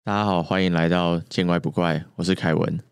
大家好，欢迎来到见怪不怪，我是凯文。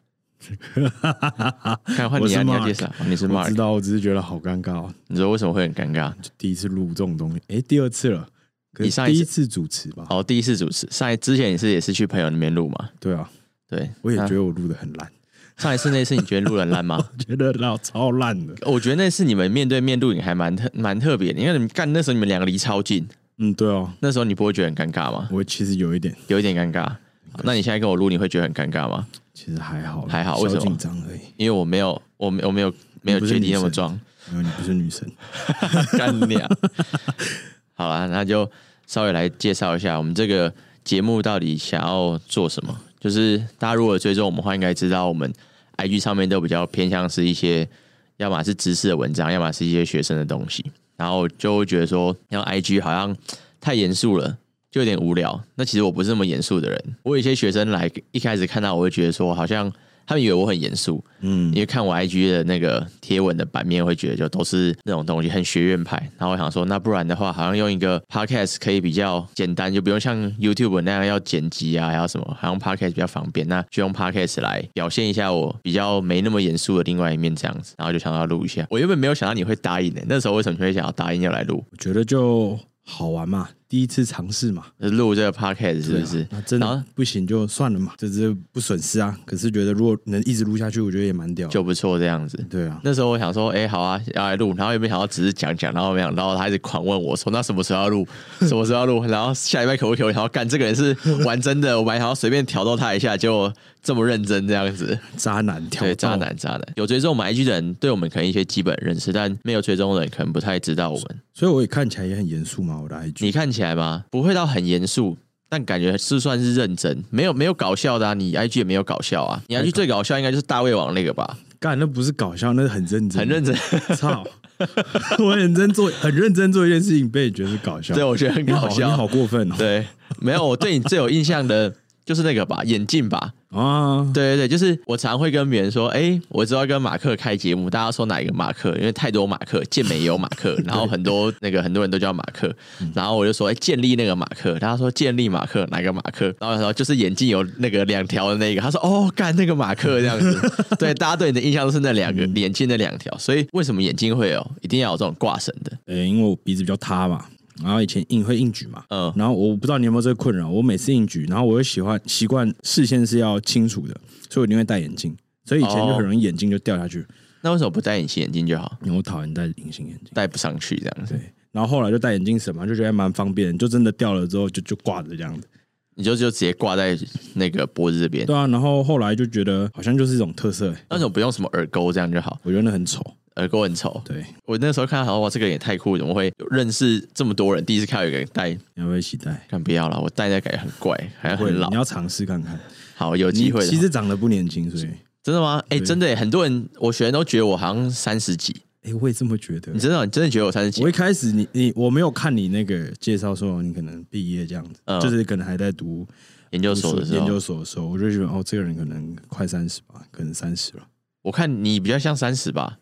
看换你啊，你要介绍，你是 Mark。 我知道，我只是觉得好尴尬哦。 你说为什么会很尴尬？ 就第一次录这种东西，第二次了。 你上一次第一次主持吧？ 哦，第一次主持。之前也是去朋友那边录嘛？ 对啊， 对， 我也觉得我录的很烂。 上一次那次你觉得录得很烂吗？ 我觉得超烂的。 我觉得那次你们面对面录影还蛮特别的，因为你们那时候你们两个离超近。 对啊。 那时候你不会觉得很尴尬吗？ 我其实有一点尴尬。那你现在跟我录，你会觉得很尴尬吗？ 其实还好， 还好，为什么？ 小紧张而已。 因为我没有决定那么壮。 没有，你不是女生。 干你啊！好啦，那就稍微来介绍一下我们这个节目到底想要做什么。就是大家如果追踪我们的话，应该知道我们 IG 上面都比较偏向是一些，要么是知识的文章，要么是一些学生的东西。然后就会觉得说，像 IG 好像太严肃了，就有点无聊。那其实我不是那么严肃的人。我有一些学生来，一开始看到我会觉得说，好像他们以为我很严肃，因为看我 IG 的那个贴文的版面，会觉得就都是那种东西，很学院派。然后我想说，那不然的话，好像用一个 podcast 可以比较简单，就不用像 YouTube 那样要剪辑啊，还要什么，好像 podcast 比较方便。那就用 podcast 来表现一下我比较没那么严肃的另外一面，这样子。然后就想要录一下。我原本没有想到你会答应的，那时候为什么你会想要答应要来录？ 我觉得就好玩嘛，第一次尝试嘛， 录这个 podcast 是不是？ 那真的不行就算了嘛，这是不损失啊。可是觉得如果能一直录下去，我觉得也蛮屌的， 就不错这样子。 对啊， 那时候我想说，好啊，要来录，然后也没想到只是讲，然后没想到他一直狂问我说，那什么时候要录？什么时候要录？然后下礼拜可不可以？然后干这个人是玩真的，我本来想要随便挑逗他一下，结果这么认真这样子， 渣男挑逗， 对，渣男。有追踪我们 IG 的人，对我们可能一些基本认识，但没有追踪的人可能不太知道我们。 所以我也看起来也很严肃嘛，我的 IG。 你看起来吗？不会到很严肃，但感觉是算是认真，没有搞笑的啊。你 IG 也没有搞笑啊，你 IG 最搞笑应该就是大胃王那个吧？ 干，那不是搞笑，那是很认真， 很认真。 操！我很认真做一件事情，被你觉得是搞笑。 对，我觉得很搞笑。 你好过分哦。 对，没有，我对你最有印象的就是那个吧，眼镜吧。 啊， 对，就是我常会跟别人说，我知道跟马克开节目，大家说哪一个马克？因为太多马克，健美也有马克，然后很多人都叫马克，然后我就说，建立那个马克，大家说建立马克哪个马克？然后他说就是眼镜有那个2条的那个，他说哦，干那个马克这样子。对，大家对你的印象都是那2个眼镜那2条，所以为什么眼镜会一定要有这种挂绳的？ 因为我鼻子比较塌嘛。然后以前会硬举嘛，然后我不知道你有没有这个困扰，我每次硬举，然后我又习惯视线是要清楚的，所以我一定会戴眼镜，所以以前就很容易眼镜就掉下去。 那为什么不戴隐形眼镜就好？ 因为我讨厌戴隐形眼镜， 戴不上去这样子。 对，然后后来就戴眼镜绳嘛，就觉得蛮方便，就真的掉了之后就挂着这样子。 你就直接挂在那个脖子这边。 对啊，然后后来就觉得好像就是一种特色。 那种不用什么耳钩这样就好？ 我觉得那很丑。 耳钩很丑， 对， 我那时候看到，哇，这个也太酷，怎么会认识这么多人？第一次看到有个人戴， 你要不要一起戴？ 看不要了，我戴那感觉很怪，好像很老。 你要尝试看看。 好，有机会的。 其实长得不年轻，所以真的吗？真的耶，很多人我学生都觉得我好像30几。 我也这么觉得。 你真的觉得我30几？ 我一开始我没有看你那个介绍说你可能毕业这样子，就是可能还在读研究所的时候，我就觉得这个人可能快30吧，可能30了。 我看你比较像30吧。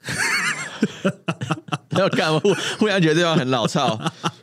要干互相觉得对方很老操。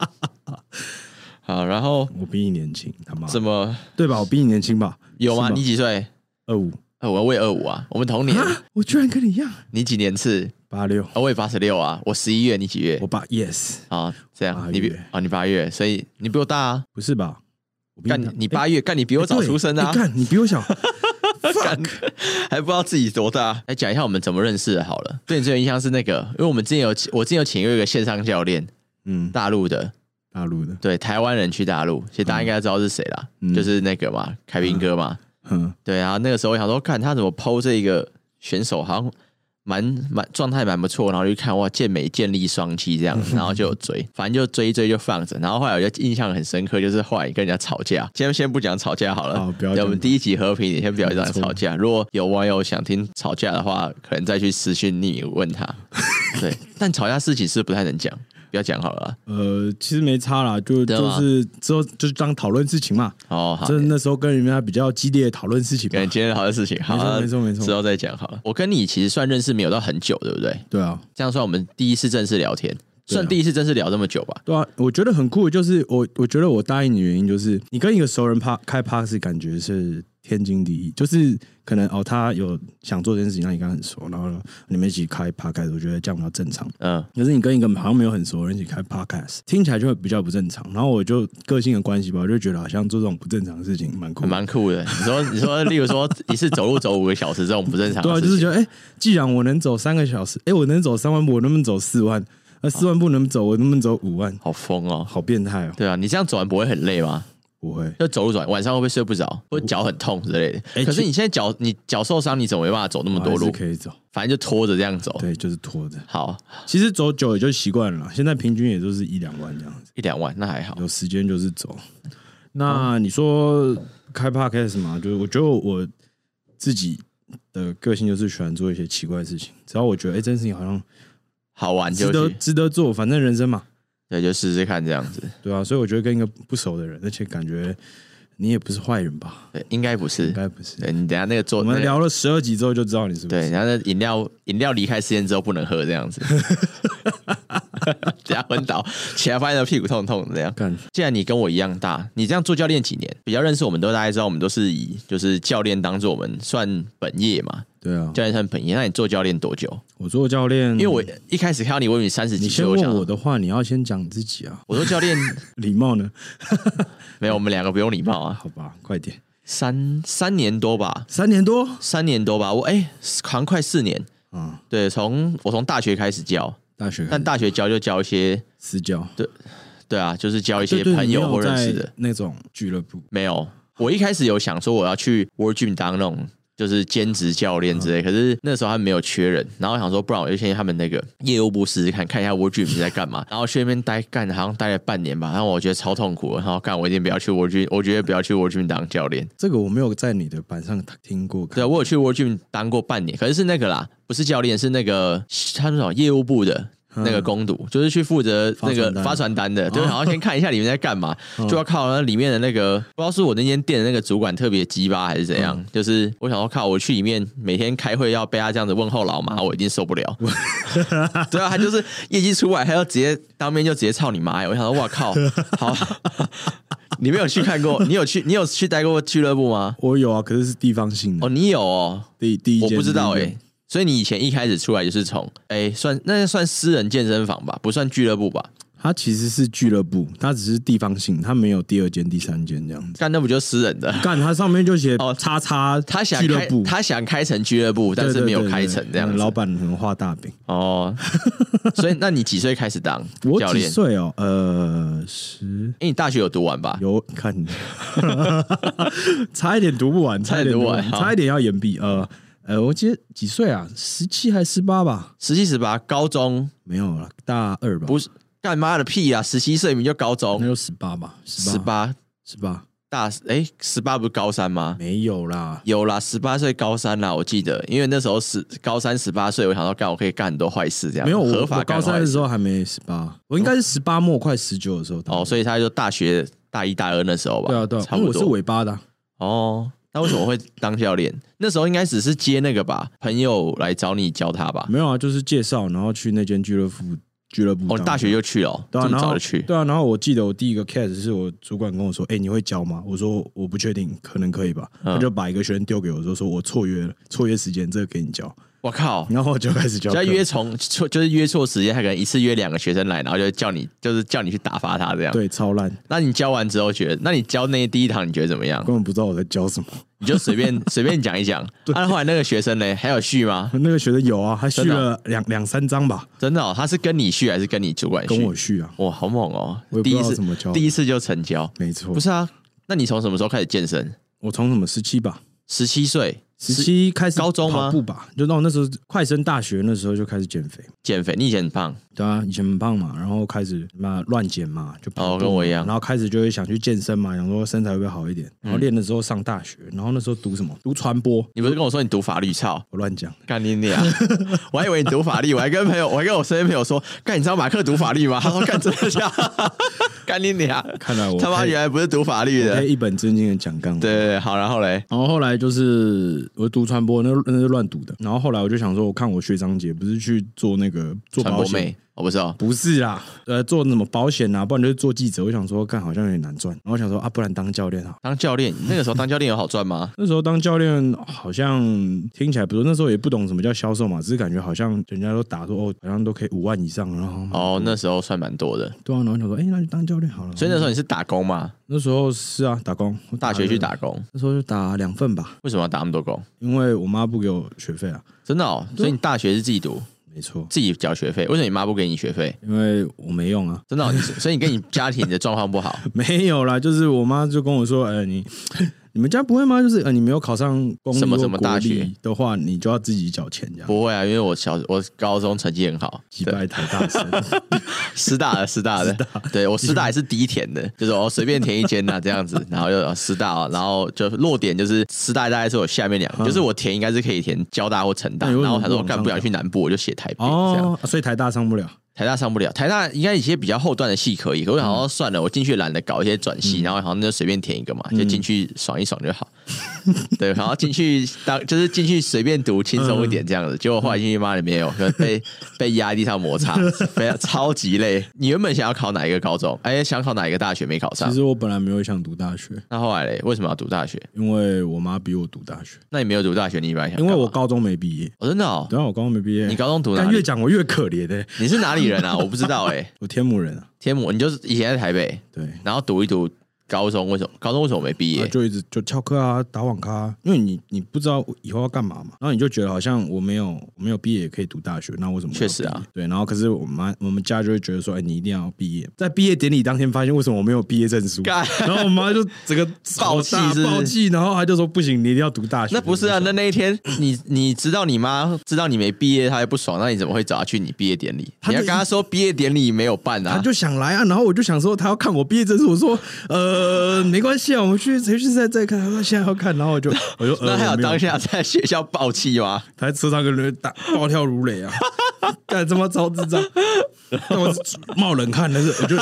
好，然后我比你年轻，他妈怎么对吧？我比你年轻吧？ 有吗？你几岁 ？25。 我也25啊，我们同年。 我居然跟你一样。 你几年次 ？86。 我也86啊，我11月，你几月？ 我8 好，这样你8月，所以你比我大啊？ 不是吧？ 你8月，干你比我早出生啊？ 干你比我小。 还不知道自己多大。来讲一下我们怎么认识的好了。对你最有印象是那个，因为我之前有请过一个线上教练，大陆的，对，台湾人去大陆，其实大家应该知道是谁啦，就是那个嘛，凯宾哥嘛，对啊，那个时候我想说，看他怎么 PO 这个选手，好像状态蛮不错，然后就看哇，健美健力双栖这样，然后就有追，反正就追就放着。然后后来我就印象很深刻，就是后来你跟人家吵架，先不讲吵架好了， 不要讲。 我们第一集和平，你先不要讲吵架。如果有网友想听吵架的话，可能再去私讯你问他。对，但吵架事情是不太能讲。不要讲好了。 其实没差啦，就是之后就是当讨论事情嘛。 哦，好， 就是那时候跟人家比较激烈的讨论事情嘛。 跟今天讨论事情，好， 没错， 之后再讲好了。我跟你其实算认识没有到很久，对不对？ 对啊， 这样算我们第一次正式聊天， 算第一次正式聊这么久吧？ 对啊，我觉得很酷的就是我觉得我答应你的原因就是你跟一个熟人开 Podcast 感觉是天经地义，就是可能他有想做这件事情，那你跟他很熟，然后你们一起开 Podcast， 我觉得这样比较正常。可是你跟一个好像没有很熟的人一起开 Podcast， 听起来就会比较不正常。然后我就个性的关系吧，我就觉得好像做这种不正常的事情蛮酷的。你说，例如说一次走路走5个小时这种不正常的事情， 对啊，就是觉得既然我能走3个小时，我能走3万步，我能不能走4万？4万步能走，我能不能走5万？ 好疯哦， 好变态哦！ 对啊，你这样走完不会很累吗？ 不会， 就走路走，晚上会不会睡不着，或者脚很痛之类的？可是你现在脚受伤，你怎么没办法走那么多路？ 可以走， 反正就拖着这样走。 对，就是拖着。 好， 其实走久了就习惯了，现在平均也都是1-2万这样子。 1-2万那还好， 有时间就是走。那你说开 podcast 嘛？就是我觉得我自己的个性就是喜欢做一些奇怪的事情，只要我觉得这件事情好像好玩就值得做，反正人生嘛。 对，就试试看这样子。 对啊，所以我觉得跟一个不熟的人，而且感觉你也不是坏人吧？ 对，应该不是， 应该不是。 对，你等一下那个做， 我们聊了12集之后就知道你是不是。 对，然后那饮料离开实验之后不能喝这样子，等下昏倒，起来发现屁股痛痛的这样。既然你跟我一样大，你这样做教练几年？比较认识我们都大概知道，我们都是以就是教练当做我们算本业嘛。 对啊， 教练算本业。那你做教练多久？ 我做教练， 因为我一开始看到你，我以为你30几岁。 你先问我的话，你要先讲自己啊。 我做教练， 礼貌呢？ 没有，我们2个不用礼貌啊。 好吧，快点。 3年多吧 ，3年多 ，3年多吧。我好像快4年。对，我从大学开始教，但大学教就教一些私教。 对啊，就是教一些朋友或认识的那种俱乐部。 没有，我一开始有想说我要去 World Gym 当那种就是兼职教练之类，可是那时候他们没有缺人，然后我想说，不然我就先去他们那个业务部试试看一下 World Gym 在干嘛，然后去那边好像待了半年吧，然后我觉得超痛苦，然后我一定不要去 World Gym， 我觉得不要去 World Gym 当教练。这个我没有在你的板上听过。 对，我有去 World Gym 当过半年，可是那个啦，不是教练，是那个他们什么业务部的。那个工读就是去负责那个发传单的，就是好像先看一下里面在干嘛，就要靠那里面的那个，不知道是我那间店的那个主管特别鸡巴还是怎样，就是我想说靠，我去里面每天开会要被他这样子问候老妈，我一定受不了。对啊，他就是业绩出来，他要直接当面就直接操你妈！我想说，哇靠，好，你没有去看过？你有去待过俱乐部吗？ 我有啊，可是是地方性的。 你有哦， 第一间我不知道所以你以前一开始出来就是从那算私人健身房吧，不算俱乐部吧？ 它其实是俱乐部，它只是地方性，它没有第2间、第3间这样子。 干，那不就私人的？ 干，它上面就写叉叉俱乐部， 他想开成俱乐部，但是没有开成这样子。 老板可能画大饼哦。所以，那你几岁开始当教练？ 我几岁哦因为你大学有读完吧？ 有看，差一点读不完，差一点要延毕。我记得几岁啊？17还是18吧 ？17、18，高中没有了，大2吧？ 不是，干妈的屁啊！17岁明就高中， 那就18吧？18 大18不是高3吗？ 没有啦， 有啦，18岁高3啦，我记得，因为那时候高3 18岁，我想说我可以干很多坏事这样。 没有， 合法我高3的时候还没18，我应该是18末快19的时候。 所以他就大学大1、大2那时候吧？ 对啊， 差不多。 我是尾巴的。 那为什么会当教练？那时候应该只是接那个吧，朋友来找你教他吧？ 没有啊，就是介绍，然后去那间俱乐部。 大学就去了， 对啊， 这么早就去。 对啊，然后我记得我第一个 case 是我主管跟我说：“你会教吗？”我说：“我不确定，可能可以吧。”他就把一个学生丢给我，说：“我错约时间，这个给你教。” 我靠！ 然后我就开始教课。 就是约错时间，他可能一次约2个学生来，然后就叫你去打发他这样。 对，超烂。 那你教完之后那你教那第一堂你觉得怎么样？ 根本不知道我在教什么， 你就随便讲一讲。后来那个学生呢，还有续吗？ 那个学生有啊，他续了2、3张吧。 真的他是跟你续还是跟你主管续？ 跟我续啊。 哇，好猛哦！ 我也不知道怎么教。 第一次就成交， 没错。 不是啊，那你从什么时候开始健身？ 我从什么17吧 ，17岁。 17开始高中吗？ 跑步吧，就那时候快升大学那时候就开始减肥。 你以前很胖？ 对啊，以前很胖嘛，然后开始乱减嘛，就跑步跟我一样。 然后开始就会想去健身嘛，想说身材会不会好一点。然后练的时候上大学，然后那时候读什么？读传播。 你不是跟我说你读法律？操！ 我乱讲， 干你娘！我还以为你读法律，我还跟我身边朋友说，干你知道马克读法律吗？他说干真的假的？干你娘！ 看来我他妈原来不是读法律的， 一本正经的讲杠。 对，好，然后来就是我读传播，那是乱读的。然后后来我就想说，我看我学长姐不是去做那个做保险， 哦，不是哦， 不是啦，做什么保险啊，不然就是做记者。我想说，干好像有点难赚，然后我想说啊，不然当教练好。 当教练那个时候当教练有好赚吗？ 那时候当教练好像听起来不错，那时候也不懂什么叫销售嘛，只是感觉好像人家都打说好像都可以5万以上，然后那时候算蛮多的。 对啊，然后想说，那就当教练好了。 所以那时候你是打工吗？ 那时候是啊，打工， 大学去打工， 那时候就打2份吧。 为什么要打那么多工？ 因为我妈不给我学费啊。 真的哦，所以你大学是自己读？ 没错， 自己缴学费。为什么你妈不给你学费？ 因为我没用啊。 真的哦，所以你跟你家庭的状况不好？ 没有啦，就是我妈就跟我说，你们家不会吗？就是你没有考上公立什么大学的话，你就要自己缴钱这样。 不会啊，因为我高中成绩很好， 击败台大生， 师大的，对我师大也是低填的，就是我随便填一间这样子，然后就师大，然后就落点就是师大大概是我下面2个，就是我填应该是可以填交大或成大，然后他说干不想去南部，我就写台北这样， 所以台大上不了。 台大上不了，台大应该一些比较后段的系可以，可我好像算了，我进去懒得搞一些转系，然后好像就随便填一个嘛，就进去爽一爽就好。对，然后进去就是进去随便读，轻松一点这样子。结果后来进去妈里面有被压在地上摩擦，非常超级累。你原本想要考哪一个高中？想考哪一个大学没考上？ 其实我本来没有想读大学， 那后来嘞，为什么要读大学？ 因为我妈逼我读大学。 那你没有读大学，你本来想？ 因为我高中没毕业。 真的哦？ 对啊，我高中没毕业。 你高中读哪里？ 但越讲我越可怜你是哪里人啊？我不知道我天母人啊。 天母，你就是以前在台北，对，然后读一读高中，为什么没毕业？ 就一直就翘课啊，打网咖啊，因为你不知道以后要干嘛嘛，然后你就觉得好像我没有毕业也可以读大学，那为什么？ 确实啊， 对，然后可是我们家就会觉得说，你一定要毕业，在毕业典礼当天发现为什么我没有毕业证书，然后我妈就整个暴气， 然后她就说不行，你一定要读大学。 那不是啊，那一天你知道你妈知道你没毕业，她也不爽，那你怎么会找她去你毕业典礼？你要跟她说毕业典礼没有办啊， 她就想来啊，然后我就想说她要看我毕业证书，我说没关系啊，我们去再看。他说现在要看，然后我就那还有当下在学校爆气吗？ 他在车上跟人暴跳如雷啊，干这么超智障，让我冒冷汗，但是我就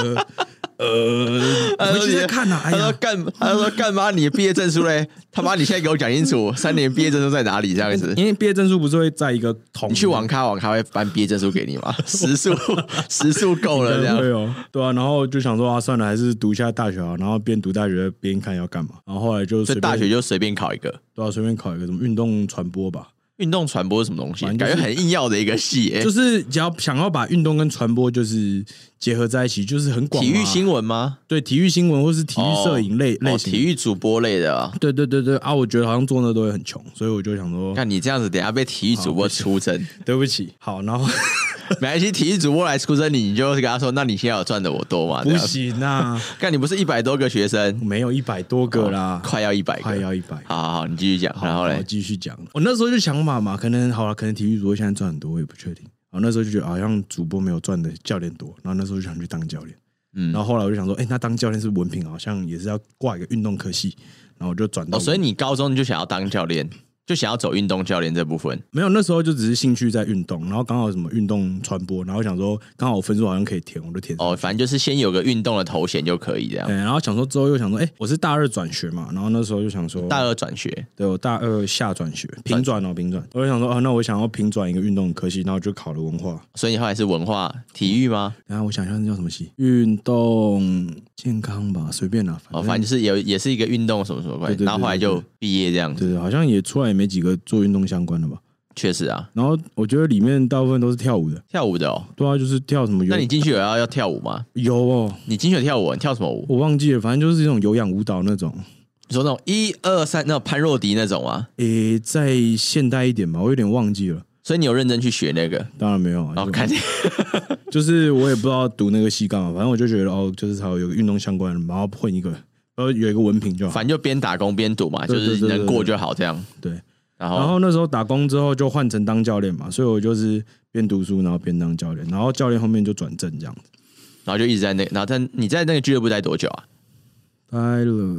回去再看啊。 他说干嘛？你的毕业证书嘞？他妈，你现在给我讲清楚，3年毕业证书在哪里？这样子， 因为毕业证书不是会在一个桶， 你去网咖会颁毕业证书给你吗？时数够了这样。 对哦，对啊，然后就想说算了，还是读一下大学啊，然后边读大学边看要干嘛，然后后来就所以大学就随便考一个， 对啊，随便考一个什么运动传播吧。 运动传播是什么东西？感觉很硬要的一个系， 就是只要想要把运动跟传播就是结合在一起，就是很广。 体育新闻吗？ 对，体育新闻或是体育摄影类型， 体育主播类的啊。 对啊，我觉得好像做那都会很穷，所以我就想说， 看你这样子，等一下被体育主播出征， 对不起。好，然后没关系，体育主播来出征你就跟他说，那你现在有赚的我多吗？ 不行啊， 看你不是100多个学生， 没有100多个啦， 快要100个， 快要100。 好，你继续讲，然后嘞， 继续讲。我那时候就想嘛，可能体育主播现在赚很多，我也不确定。然后那时候就觉得好像主播没有赚的教练多，然后那时候就想去当教练。然后后来我就想说，那当教练是文凭好像也是要挂一个运动科系，然后我就转到。 所以你高中就想要当教练？就想要走运动教练这部分？ 没有，那时候就只是兴趣在运动，然后刚好什么运动传播，然后想说刚好我分数好像可以填，我就填。 反正就是先有个运动的头衔就可以这样。 对，然后想说之后又想说，我是大2转学嘛，然后那时候就想说大2转学， 对，我大2下转学，平转，我就想说那我想要平转一个运动科系，然后就考了文化。 所以你后来是文化体育吗？ 然后我想一下那叫什么系？运动健康吧，随便啦。 反正就是也是一个运动什么关系，然后后来就毕业这样子。 对，好像也出来也没几个做运动相关的吧。 确实啊， 然后我觉得里面大部分都是跳舞的哦。 对啊，就是跳什么。 那你进去要跳舞吗？ 有哦。 你进去有跳舞？你跳什么舞？ 我忘记了，反正就是这种有氧舞蹈那种。 你说那种1、2、3那种潘若迪那种吗？ 再现代一点吧，我有点忘记了。 所以你有认真去学那个？ 当然没有啊。 看， 就是我也不知道读那个系干嘛，反正我就觉得就是才有个运动相关的，然后混一个，然后有一个文凭就好。 反正就边打工边读嘛，就是能过就好这样。 对。然后那时候打工之后就换成当教练嘛，所以我就是边读书然后边当教练，然后教练后面就转正这样子， 然后就一直在然后你在那个俱乐部待多久啊？ 待了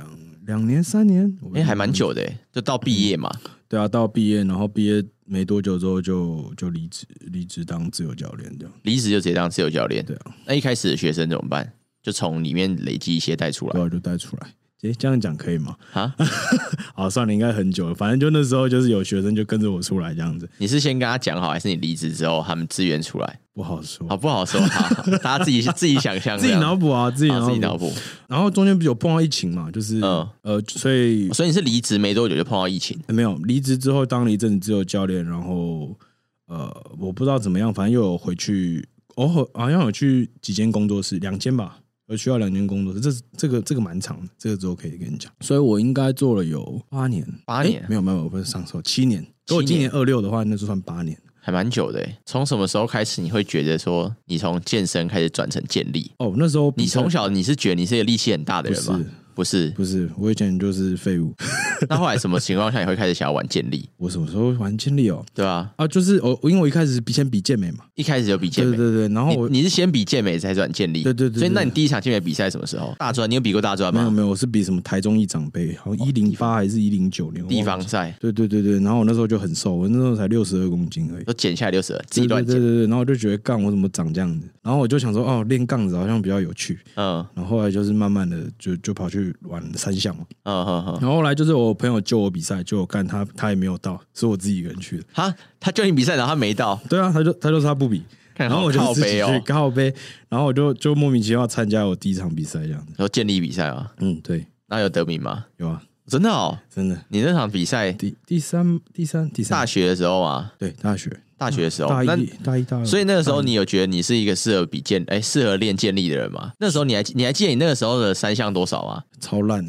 2年3年， 还蛮久的，就到毕业嘛。 对啊，到毕业，然后毕业没多久之后就离职当自由教练这样。 离职就直接当自由教练？ 对啊。 那一开始的学生怎么办？就从里面累积一些带出来。 对啊，就带出来。 这样讲可以吗？ 啊， 好，算了，应该很久了。反正就那时候就是有学生就跟着我出来这样子。 你是先跟他讲好，还是你离职之后他们自愿出来？ 不好说， 好不好说？好，大家自己想象， 自己脑补啊，自己脑补。 然后中间不是有碰到疫情嘛，就是所以你是离职没多久就碰到疫情？ 没有，离职之后当了一阵子自由教练，然后我不知道怎么样，反正又有回去，好像有去几间工作室，2间吧。有需要2间工作室，这个蛮长的，这个之后可以跟你讲。所以我应该做了有8年 ，8年没有，我不是上手7年。如果今年26的话，那就算8年， 还蛮久的。从什么时候开始你会觉得说你从健身开始转成健力？ 那时候你从小你是觉得你是一个力气很大的人吗？不是， 我以前就是废物。 那后来什么情况下你会开始想要玩健力？ 我什么时候玩健力哦？ 对啊， 就是因为我一开始先比健美嘛， 一开始就比健美， 对，然后你是先比健美才转健力， 对， 所以那你第一场健美比赛什么时候？大专，你有比过大专吗？ 没有，我是比什么台中一长杯，好像108还是109年地方赛， 对，然后我那时候就很瘦，我那时候才62公斤而已， 都减下来62，自己乱减， 对，然后我就觉得杠我怎么长这样子，然后我就想说练杠子好像比较有趣，然后后来就是慢慢的就跑去玩3项嘛，然后后来就是我朋友救我比赛，就我干他也没有到，是我自己一个人去的。 他救你比赛，然后他没到。 对啊，他说他不比，然后我就自己去靠背，然后我就莫名其妙参加我第一场比赛这样子。 然后健力比赛啊， 对。 那有得名吗？ 有啊， 真的哦， 真的。 你那场比赛第三， 大学的时候吗？ 对，大学的时候， 大一大二。 所以那个时候你有觉得你是一个适合练健力的人吗？那时候你还记得你那个时候的3项多少吗？ 超烂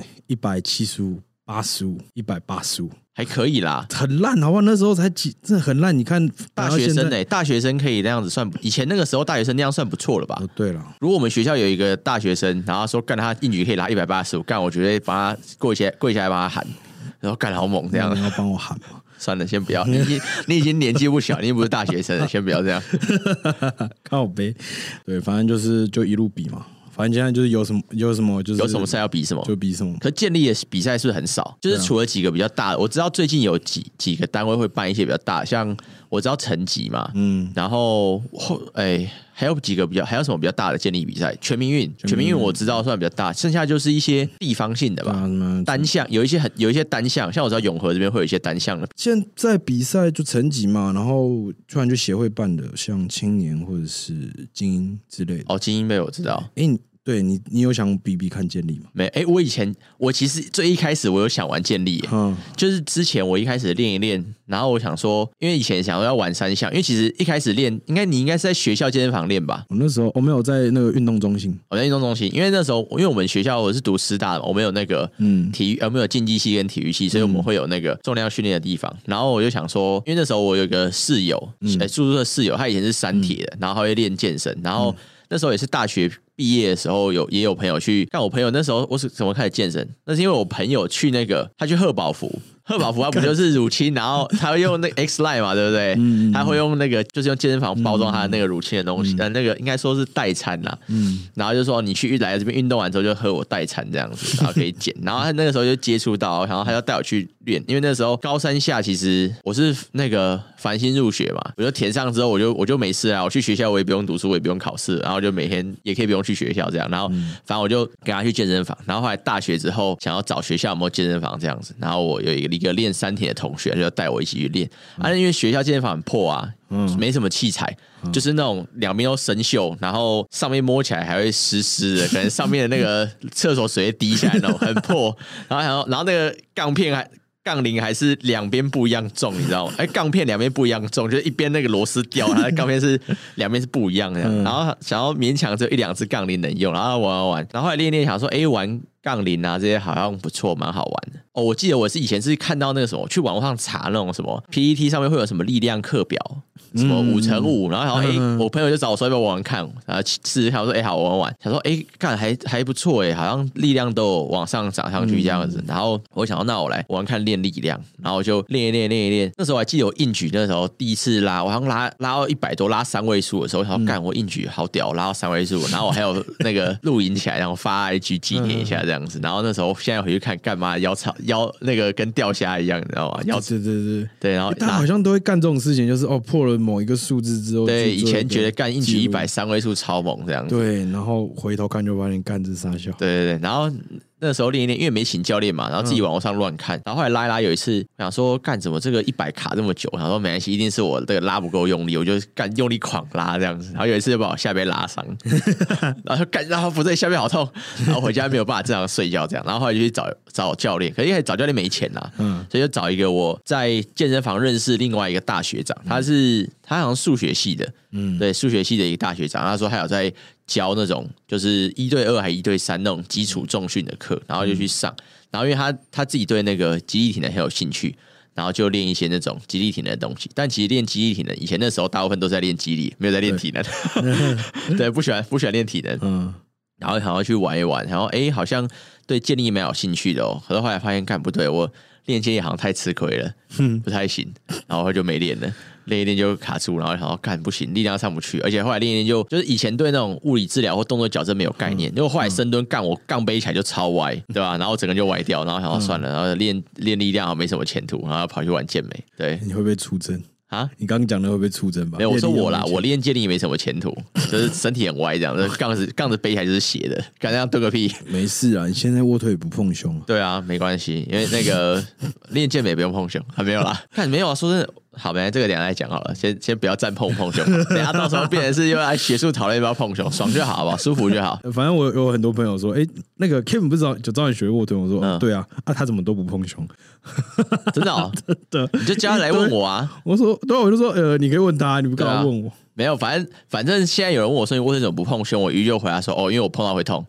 175、85、185， 还可以啦， 很烂，好不好？那时候真的很烂。你看大学生大学生可以那样子算，以前那个时候大学生那样算不错了吧？ 对了， 如果我们学校有一个大学生，然后说干他硬举可以拉185，干我绝对帮他跪下来帮他喊，然后干好猛这样。 你要帮我喊吗？ 算了，先不要。你已经年纪不小，你已经不是大学生了，先不要这样。 靠北，对，反正就一路比嘛。反正现在就是有什么就是有什么赛要比什么就比什么。 可健力的比赛是不是很少？就是除了几个比较大的，我知道最近有几个单位会办一些比较大的，像我知道成绩嘛，然后还有几个还有什么比较大的健力比赛？全民运我知道算比较大，剩下就是一些地方性的吧，单项有一些单项，像我知道永和这边会有一些单项的。 现在比赛就成绩嘛，然后突然就协会办的，像青年或者是精英之类的。 精英杯我知道。 对你有想比看健力吗？ 没，我其实最一开始我有想玩健力，就是之前我一开始练一练，然后我想说，因为以前想说要玩3项，因为其实一开始练，你应该是在学校健身房练吧？ 我那时候我没有在那个运动中心， 我在运动中心，因为那时候因为我们学校我是读师大的嘛，我们有那个体育，我们有竞技系跟体育系，所以我们会有那个重量训练的地方。然后我就想说，因为那时候我有一个室友，宿舍室友，他以前是三铁的，然后他会练健身，然后那时候也是大学毕业的时候也有朋友去，看我朋友那时候我是怎么开始健身，那是因为我朋友去他去贺宝福他不就是乳清，然后他会用那个 X Line 嘛，对不对？他会用那个就是用健身房包装他的那个乳清的东西，那个应该说是代餐啦。然后就说你去来这边运动完之后就喝我代餐这样子，然后可以减。然后他那个时候就接触到，然后他就带我去练，因为那时候高3下其实我是那个繁星入学嘛，我就填上之后我就没事啊，我去学校我也不用读书，我也不用考试，然后就每天也可以不用去学校这样。然后反正我就跟他去健身房，然后后来大学之后想要找学校有没有健身房这样子，然后我有一个练3铁的同学就带我一起去练，因为学校健身房很破啊，没什么器材，就是那种两边都生锈，然后上面摸起来还会湿湿的，可能上面的那个厕所水会滴下来那种，很破。然后那个杠铃还是两边不一样重，你知道吗？杠片两边不一样重，就是一边那个螺丝掉，它的杠片是两边是不一样的。然后想要勉强只有1-2支杠铃能用，然后玩，然后后来练想说，玩杠铃啊这些好像不错，蛮好玩的。我记得我是以前是看到那个什么，去网上查那种什么 PPT 上面会有什么力量课表，什么5×5，然后我朋友就找我说要不要玩玩看，然后试试看，我说好玩玩，想说干还不错好像力量都有往上涨上去这样子。然后我想说那我来玩看练力量，然后我就练一练。那时候我还记得我硬举那时候第一次拉，我好像拉到100多，拉3位数的时候，我想说干我硬举好屌，拉到3位数，然后我还有那个录影起来，然后发 IG 纪念一下这样子。然后那时候现在回去看，干嘛腰那个跟掉虾一样，你知道吗？对，然后他好像都会干这种事情，就是破了某一个数字之后， 对，以前觉得干硬举100 3位数超猛这样子， 对，然后回头看就把你干这傻笑， 对，然后那时候练一练，因为没请教练嘛，然后自己网络上乱看，然后后来拉一拉，有一次想说干怎么这个100卡这么久，然后说没关系，一定是我这个拉不够用力，我就干用力狂拉这样子，然后有一次就把我下背拉伤，然后干然后不对，下背好痛，然后回家没有办法正常睡觉这样，然后后来就去找教练，可是一开始找教练没钱啦，所以就找一个我在健身房认识另外一个大学长，他好像数学系的，对，数学系的一个大学长，他说他有在教那种就是1对2还1对3那种基础重训的课，然后就去上，然后因为他自己对那个肌力体能很有兴趣，然后就练一些那种肌力体能的东西，但其实练肌力体能以前那时候大部分都在练肌力，没有在练体能，对，不喜欢练体能，然后好像去玩一玩，然后好像对健力蛮有兴趣的哦，可是后来发现干不对，我练健力好像太吃亏了，不太行，然后就没练了。练一练就卡住，然后想到干不行，力量上不去，而且后来练一练就是以前对那种物理治疗或动作矫正没有概念，因为后来深蹲干我杠背起来就超歪，对吧？然后整个就歪掉，然后想到算了，然后练力量好没什么前途，然后跑去玩健美。对， 你会不会出征啊？ 你刚刚讲的会不会出征吧？ 没有，我说我啦，我练健力没什么前途，就是身体很歪这样，杠子背起来就是斜的，干这样蹲个屁。 没事啊，你现在卧推也不碰胸。 对啊，没关系，因为那个练健美不用碰胸，还没有啦。看没有啊，说真的。好，没这个等一下再讲好了，先不要站碰胸，等一下到时候变成是又来学术讨论要不要碰胸，爽就好，好不好？舒服就好。 反正我有很多朋友说，那个 Kevin 不是就找你学卧推，我说，对啊，他怎么都不碰胸？ 真的哦， 真的， 你就叫他来问我啊。 我说，对啊，我就说，你可以问他，你不干嘛问我？ 没有，反正现在有人问我说你为什么不碰胸，我一就回答说因为我碰到会痛。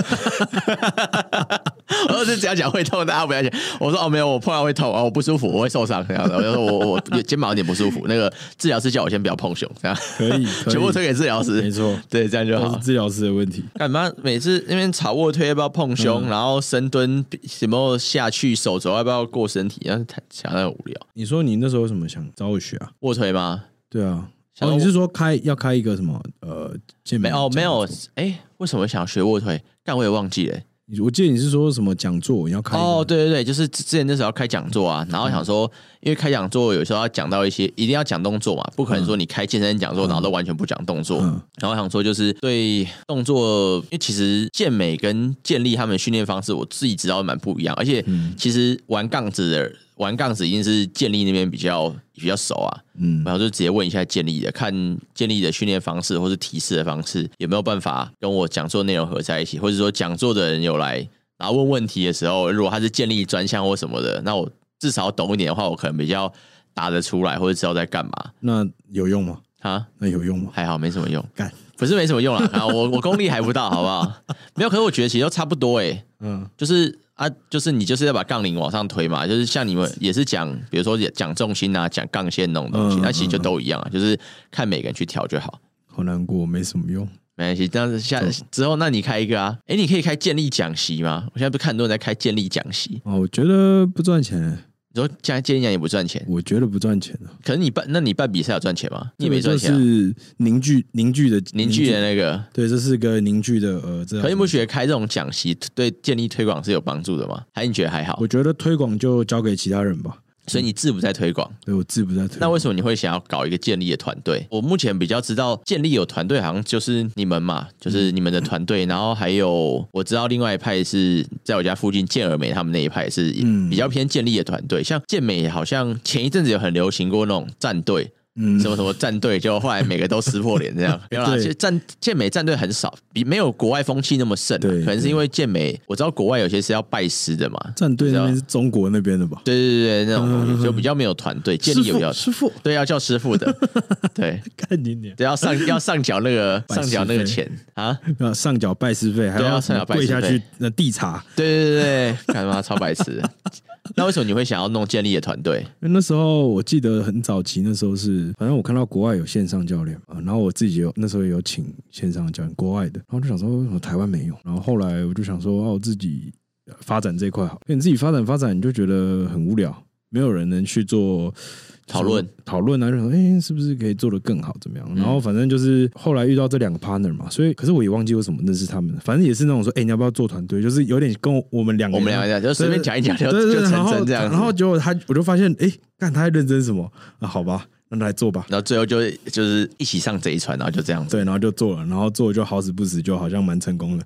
我就只要讲会痛，大家不要讲。我说没有，我碰到会痛我不舒服，我会受伤这样的。我就说我肩膀有点不舒服，那个治疗师叫我先不要碰胸，这样可以全部推给治疗师， 没错， 对，这样就好。 是治疗师的问题。 干嘛每次那边吵卧推要不要碰胸，然后深蹲什么下去，手肘要不要过身体，然后想得很无聊。 你说你那时候有什么想找我学啊？ 卧推吗？ 对啊。你是说要开一个什么健美？ 没有，为什么想学卧推？但我也忘记了。 我记得你是说什么讲座你要开？ 对，就是之前那时候要开讲座啊，然后想说，因为开讲座有时候要讲到一些，一定要讲动作嘛，不可能说你开健身讲座然后都完全不讲动作。然后想说就是对动作，因为其实健美跟健力他们训练方式，我自己知道蛮不一样，而且其实玩杠子一定是健力那边比较熟啊，然后就直接问一下健力的，看健力的训练方式或是提示的方式有没有办法跟我讲座内容合在一起，或者说讲座的人有来，然后问问题的时候，如果他是健力专项或什么的，那我至少懂一点的话，我可能比较答得出来，或者知道在干嘛。那有用吗？那有用吗？ 还好，没什么用。不是没什么用啦，我功力还不到，好不好？没有，可是我觉得其实都差不多就是你就是要把杠铃往上推嘛，就是像你们也是讲，比如说讲重心啊，讲杠线那种东西，那其实就都一样啊，就是看每个人去调就好。 好难过，没什么用。 没关系，这样子之后，那你开一个啊？你可以开健力讲习吗？我现在不是看很多人在开健力讲习我觉得不赚钱。 你说现在健力讲也不赚钱？ 我觉得不赚钱可是你办比赛有赚钱吗？你也没赚钱。 是凝聚的那个， 对，这是个凝聚的可你不觉得开这种讲习对健力推广是有帮助的吗？还是你觉得还好？ 我觉得推广就交给其他人吧。 所以你志不在推广？ 对，我志不在推广。 那为什么你会想要搞一个健力的团队？我目前比较知道健力有团队，好像就是你们嘛，就是你们的团队。然后还有我知道另外一派是在我家附近健儿美他们那一派是比较偏健力的团队。像健美好像前一阵子有很流行过那种战队。什么战队，就后来每个都撕破脸这样，没有啦。其实健美战队很少，比没有国外风气那么盛，可能是因为健美，我知道国外有些是要拜师的嘛。 战队那边是中国那边的吧？ 对，那种东西就比较没有团队。健力有师傅， 对，要叫师傅的，对， 看你脸， 对，要上缴那个钱啊， 上缴拜师费，还要跪下去递茶， 对，干嘛超白痴。那为什么你会想要弄健力的团队？ 因为那时候我记得很早期，那时候是反正我看到国外有线上教练然后我自己那时候有请线上教练，国外的，然后就想说为什么台湾没有？然后后来我就想说我自己发展这一块好，因为你自己发展，你就觉得很无聊，没有人能去做讨论啊，就说是不是可以做得更好怎么样？然后反正就是后来遇到这两个 partner 嘛，所以可是我也忘记为什么认识他们，反正也是那种说你要不要做团队，就是有点跟我们两个就随便讲一讲就成真这样。 然后结果我就发现干他在认真什么好吧，那来做吧。 然后最后就是一起上这一船，然后就这样子。 对，然后就做了，然后做就好死不死，就好像蛮成功的。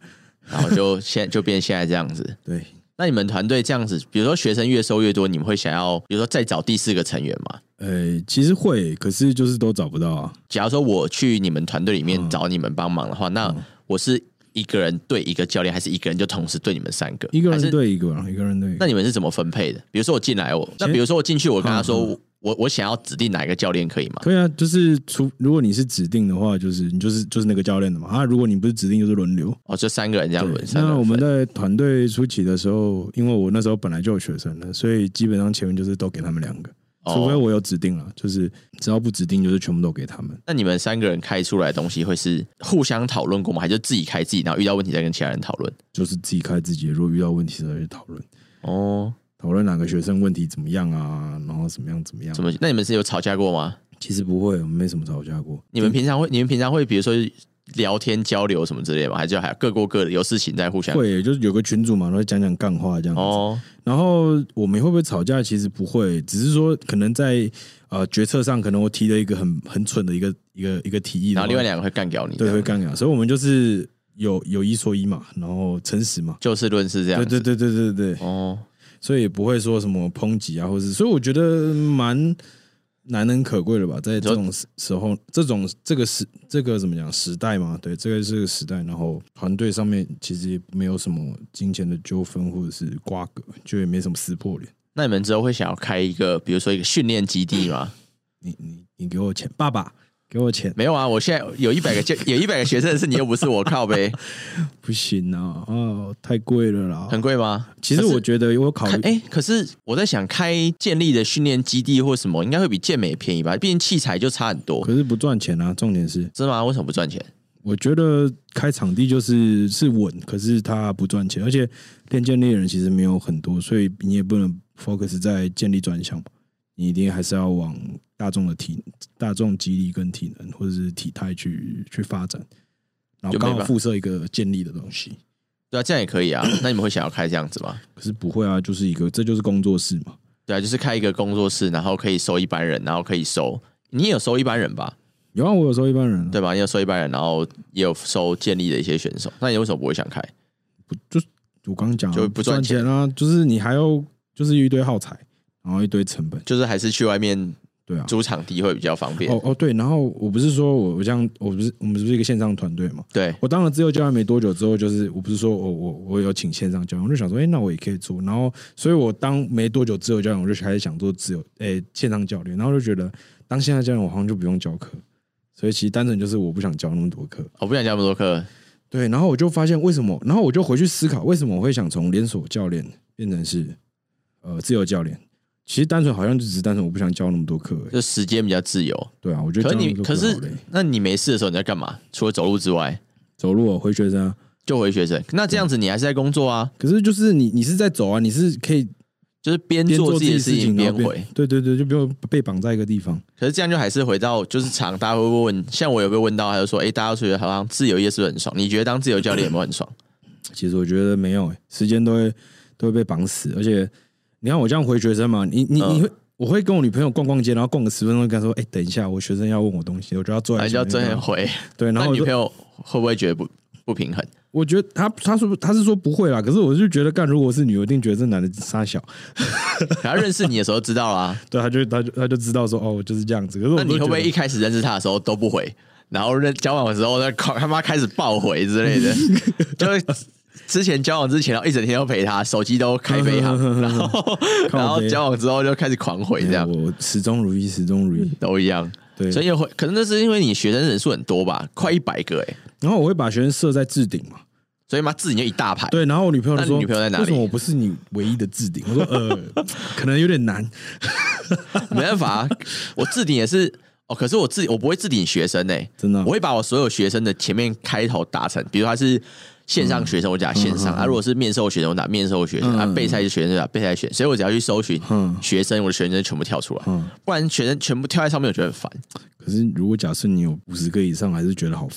然后就变现在这样子。 对， 那你们团队这样子，比如说学生越收越多，你们会想要比如说再找第4个成员吗？ 其实会，可是就是都找不到啊。 假如说我去你们团队里面找你们帮忙的话，那我是一个人对一个教练，还是一个人就同时对你们3个？ 一个人对一个，一个人对一个。 那你们是怎么分配的？比如说我进来，那比如说我进去，我跟他说我想要指定哪一个教练可以吗？ 可以啊，就是如果你是指定的话，就是你就是那个教练的嘛。啊，如果你不是指定，就是轮流。 哦，就3个人这样轮。 那我们在团队初期的时候，因为我那时候本来就有学生了，所以基本上前面就是都给他们2个。除非我有指定了，就是只要不指定，就是全部都给他们。 那你们3个人开出来的东西会是互相讨论过吗？还是自己开自己，然后遇到问题再跟其他人讨论？ 就是自己开自己的，如果遇到问题再去讨论。 哦， 讨论哪个学生问题怎么样啊，然后怎么样？ 那你们是有吵架过吗？ 其实不会，我们没什么吵架过。 你们平常会比如说聊天交流什么之类的吗？还是还各过各的，有事情再互相？ 会，就是有个群组嘛，然后讲干话这样子。哦，然后我们会不会吵架？其实不会，只是说可能在决策上，可能我提了一个很蠢的一个提议， 然后另外2个会干掉你， 对，会干掉。所以我们就是有一说一嘛，然后诚实嘛， 就事论事这样子。 对。哦，所以也不会说什么抨击啊，或是，所以我觉得蛮难能可贵的吧，在这种时候，这个怎么讲时代嘛？对，这个是个时代。然后团队上面其实也没有什么金钱的纠纷或者是瓜葛，就也没什么撕破脸。 那你们之后会想要开一个，比如说一个训练基地吗？ 你给我钱，爸爸给我钱。 没有啊，我现在有100个学生的是你，又不是我靠呗。 不行啊，太贵了啦。 很贵吗？ 其实我觉得我考虑， 可是我在想，开健力的训练基地或什么，应该会比健美便宜吧？毕竟器材就差很多。 可是不赚钱啊，重点是。 真的吗？为什么不赚钱？ 我觉得开场地是稳，可是它不赚钱，而且练健力的人其实没有很多，所以你也不能 focus 在健力专项，你一定还是要往大众肌力跟体能或者是体态去发展，然后刚好附设一个健力的东西。 对啊，这样也可以啊。那你们会想要开这样子吗？ 可是不会啊，这就是工作室嘛。 对啊，就是开一个工作室，然后可以收一般人，然后可以收，你也有收一般人吧？ 有啊，我有收一般人， 对吧？你有收一般人，然后也有收健力的一些选手。那你为什么不会想开？ 就是我刚刚讲就不赚钱啊，就是你还要就是一堆耗材，然后一堆成本， 就是还是去外面对啊租场地会比较方便。 哦对，然后我不是说我们不是一个线上团队嘛？ 对， 我当了自由教练没多久之后，就是我不是说我有请线上教练，我就想说，那我也可以做。然后，所以我当没多久自由教练，我就开始想做线上教练，然后就觉得当线上教练我好像就不用教课。所以其实单纯就是我不想教那么多课， 我不想教那么多课。 对，然后我就发现为什么，然后我就回去思考为什么我会想从连锁教练变成是自由教练。其实单纯好像就只是单纯我不想教那么多课， 就时间比较自由。 对啊，我觉得可是那你没事的时候你在干嘛？除了走路之外， 走路回学生啊， 就回学生。那这样子你还是在工作啊？ 可是就是你是在走啊，你是可以。 就是边做自己的事情边回， 对，就不用被绑在一个地方。 可是这样就还是回到就是大家会问，像我有被问到，他就说，大家觉得好像自由业是不是很爽？你觉得当自由教练有没有很爽？ 其实我觉得没有，时间都会被绑死，而且你看我这样回学生嘛，我会跟我女朋友逛街，然后逛个10分钟，跟她说，等一下，我学生要问我东西，我就要坐在前面， 就要坐前回。对，然后女朋友会不会觉得不平衡？ 我觉得他是说不会啦，可是我就觉得如果我是女，我一定觉得这男的傻小。 他认识你的时候知道啦， 对，他就知道说我就是这样子。可是那你会不会一开始认识他的时候都不回，然后交往的时候他妈开始爆回之类的？就是之前交往之前，然后一整天都陪他，手机都开飞航，然后交往之后就开始狂回这样。 我始终如一， 都一样。对，所以可能那是因为你学生人数很多吧，快100个然后我会把学生设在置顶嘛。 所以置顶就一大排。 对，然后我女朋友说：“ 那女朋友在哪里？ 为什么我不是你唯一的置顶？”我说：“可能有点难， 没办法，我置顶也是可是我不会置顶学生真的， 我会把我所有学生的前面开头打成，比如他是线上学生，我打线上；如果是面授学生，我打面授学生；备赛学生就打备赛学生。所以我只要去搜寻学生，我的学生全部跳出来，不然学生全部跳在上面，我觉得很烦。 可是如果假设你有50个以上，还是觉得好烦哦。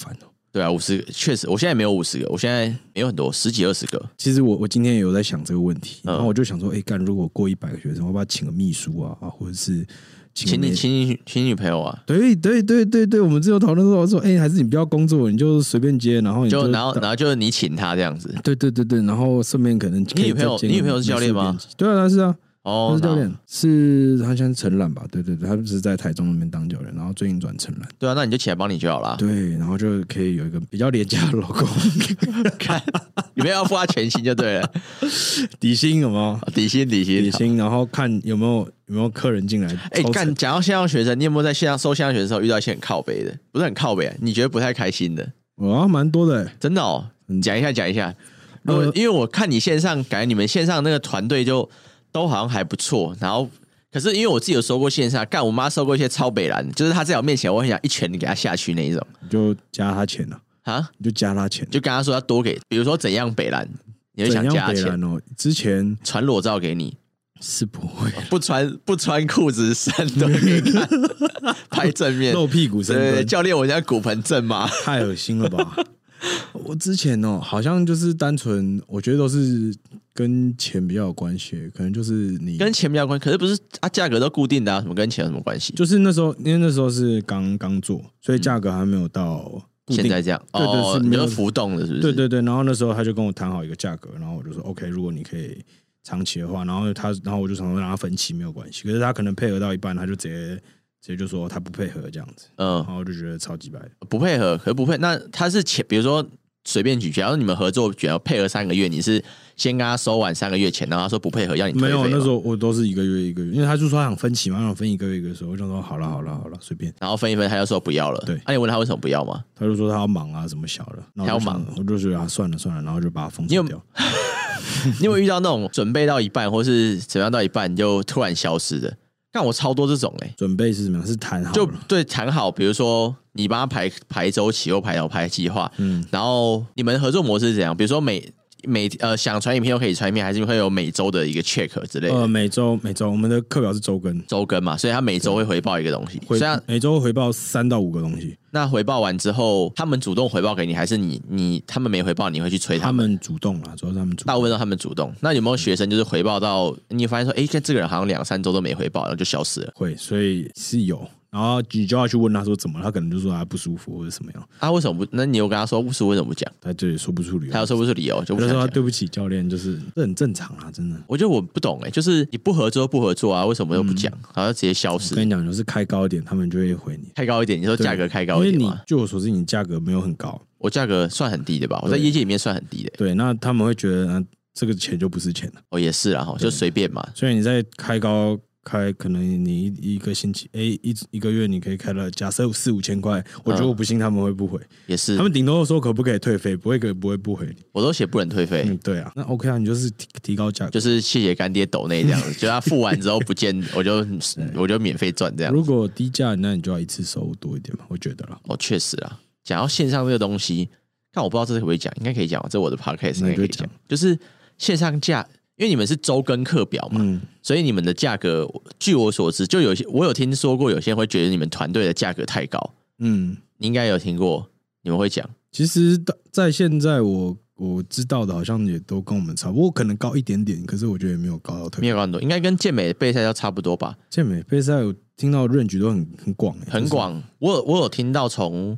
对啊，50个确实，我现在没有50个，我现在没有很多，10几20个。 其实我今天也有在想这个问题，然后我就想说，干如果过100个学生，我把他请个秘书啊，或者是请你女朋友啊？ 对，我们之前讨论说，还是你不要工作，你就随便接，然后然后就是你请他这样子。 对，然后顺便可能你女朋友是教练吗？ 对啊，是啊。 哦， 他是教练，是他现在是承揽吧？对，他是在台中那边当教练，然后最近转承揽。 对啊，那你就起来帮你就好了。 对，然后就可以有一个比较廉价的老公， 看你们要付他全薪就对了， 底薪有没有？ 底薪， 然后看有没有客人进来。 讲到线上学生，你有没有在线上收线上学生的时候遇到一些很靠北的？不是很靠北，你觉得不太开心的？ 蛮多的， 真的哦。讲一下。因为我看你线上，感觉你们线上那个团队就。都好像还不错，然后可是因为我自己有收过线下，我妈收过一些超北蓝，就是她在我面前，我很想一拳给她下去那一种， 你就加她钱了啊？你就加她钱， 就跟她说要多给，比如说怎样北蓝，你会想加钱哦？之前传裸照给你是不会， 不穿裤子深蹲给你看，拍正面露屁股深蹲， 对，教练我现在骨盆正吗？ 太恶心了吧！我之前好像就是单纯，我觉得都是跟钱比较有关系，可能就是你跟钱比较有关系，可是不是价格都固定的啊，什么跟钱有什么关系？ 就是那时候，因为那时候是刚做，所以价格还没有到现在这样， 对， 是没有浮动的，是不是？ 对，然后那时候他就跟我谈好一个价格，然后我就说 OK， 如果你可以长期的话，然后我就想说让他分期没有关系，可是他可能配合到一半，他就直接就说他不配合这样子，然后我就觉得超级白， 不配合，可是不配，那他是比如说随便举，假如你们合作，要配合3个月，你是先跟他收完3个月钱，然后他说不配合，要你退费吗？ 没有，那时候我都是1个月1个月，因为他就说他想分期嘛，让分1个月1个月的时候，我就说好了，随便， 然后分一分，他就说不要了。对，那你问他为什么不要吗？ 他就说他要忙啊，什么小的， 他要忙， 我就觉得算了，然后就把他封掉。 你有没有遇到那种准备到一半，或是怎么样到一半就突然消失的？但我超多这种准备是什么样？是谈好了， 就对，谈好，比如说你帮他排周期或排计划，然后你们合作模式是怎样？比如说想传影片又可以传影片，还是会有每周的一个 check 之类的？ 每周，我们的课表是周更嘛，所以他每周会回报一个东西， 所以每周回报3到5个东西。 那回报完之后，他们主动回报给你，还是他们没回报，你会去催他们？ 他们主动啦，主要是他们主动。 大部分都他们主动。那有没有学生就是回报到你发现说，看这个人好像2、3周都没回报，然后就消失了？ 会，所以是有。然后你就要去问他说怎么了，他可能就说他不舒服或者什么样。 为什么不？那你有跟他说不舒服为什么不讲？ 他就也说不出理由。 他又说不出理由，就不想讲。 他说对不起教练，就是这很正常啊，真的。 我觉得我不懂就是你不合作啊，为什么又不讲？好像直接消失。 我跟你讲，就是开高一点，他们就会回你。 开高一点，你说价格开高一点吗？ 因为据我所知，你价格没有很高， 我价格算很低的吧？我在业界里面算很低的。 对，那他们会觉得这个钱就不是钱了。 也是啦，就随便嘛。 所以你在开高。可能你一个星期一个月你可以开了，假设4、5千块，我觉得我不信他们会不回， 也是他们顶多说可不可以退费，不会不回你， 我都写不能退费。 对啊，那 OK 啊，你就是提高价格， 就是谢谢干爹抖内这样子，就他付完之后不见，我就免费赚这样。 如果低价，那你就要一次收多一点嘛，我觉得啦。 确实啊，讲到线上这个东西，但我不知道这可不可以讲，应该可以讲，这是我的 podcast 应该可以讲，就是线上价。因为你们是周更课表嘛，所以你们的价格，据我所知，就我有听说过，有些人会觉得你们团队的价格太高。你应该有听过，你们会讲。 其实，在现在我知道的，好像也都跟我们差不多，可能高一点点，可是我觉得也没有高到特别， 没有高很多，应该跟健美备赛要差不多吧？ 健美备赛我听到range都很广， 很广。我有听到从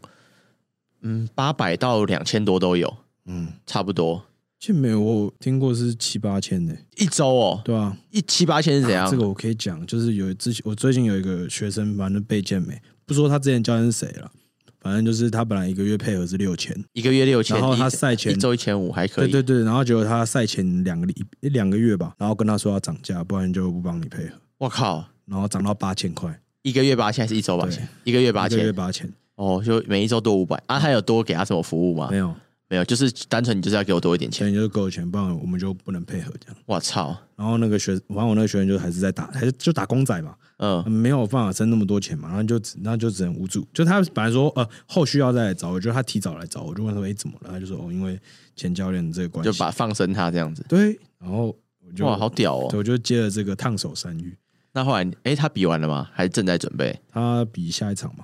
800到2000多都有，差不多。 健美我听过是7、8千的一周哦， 对啊 ，7、8千是怎样？ 这个我可以讲，就是我最近有一个学生，反正被健美，不说他之前教练是谁了，反正就是他本来1个月配合是6000， 一个月6000， 然后他赛前 1周1500还可以， 对，然后结果他赛前2个月吧，然后跟他说要涨价，不然就不帮你配合。 我靠， 然后涨到8000块， 一个月8000还是一周8000？一个月8000， 一个月8000。 就每一周多500啊？他有多给他什么服务吗？没有，就是单纯你就是要给我多一点钱， 你就是给我钱，不然我们就不能配合这样。 我操！ 然后反正我那个学员就还是在打，还是就打工仔嘛，没有办法挣那么多钱嘛，然后就只能无助。就他本来说后续要再来找我，就他提早来找我，就问说怎么了？他就说因为前教练这个关系， 就把放生他这样子。 对，然后我就哇，好屌哦！ 我就接了这个烫手山芋。 那后来他比完了吗？还是正在准备？ 他比下一场嘛。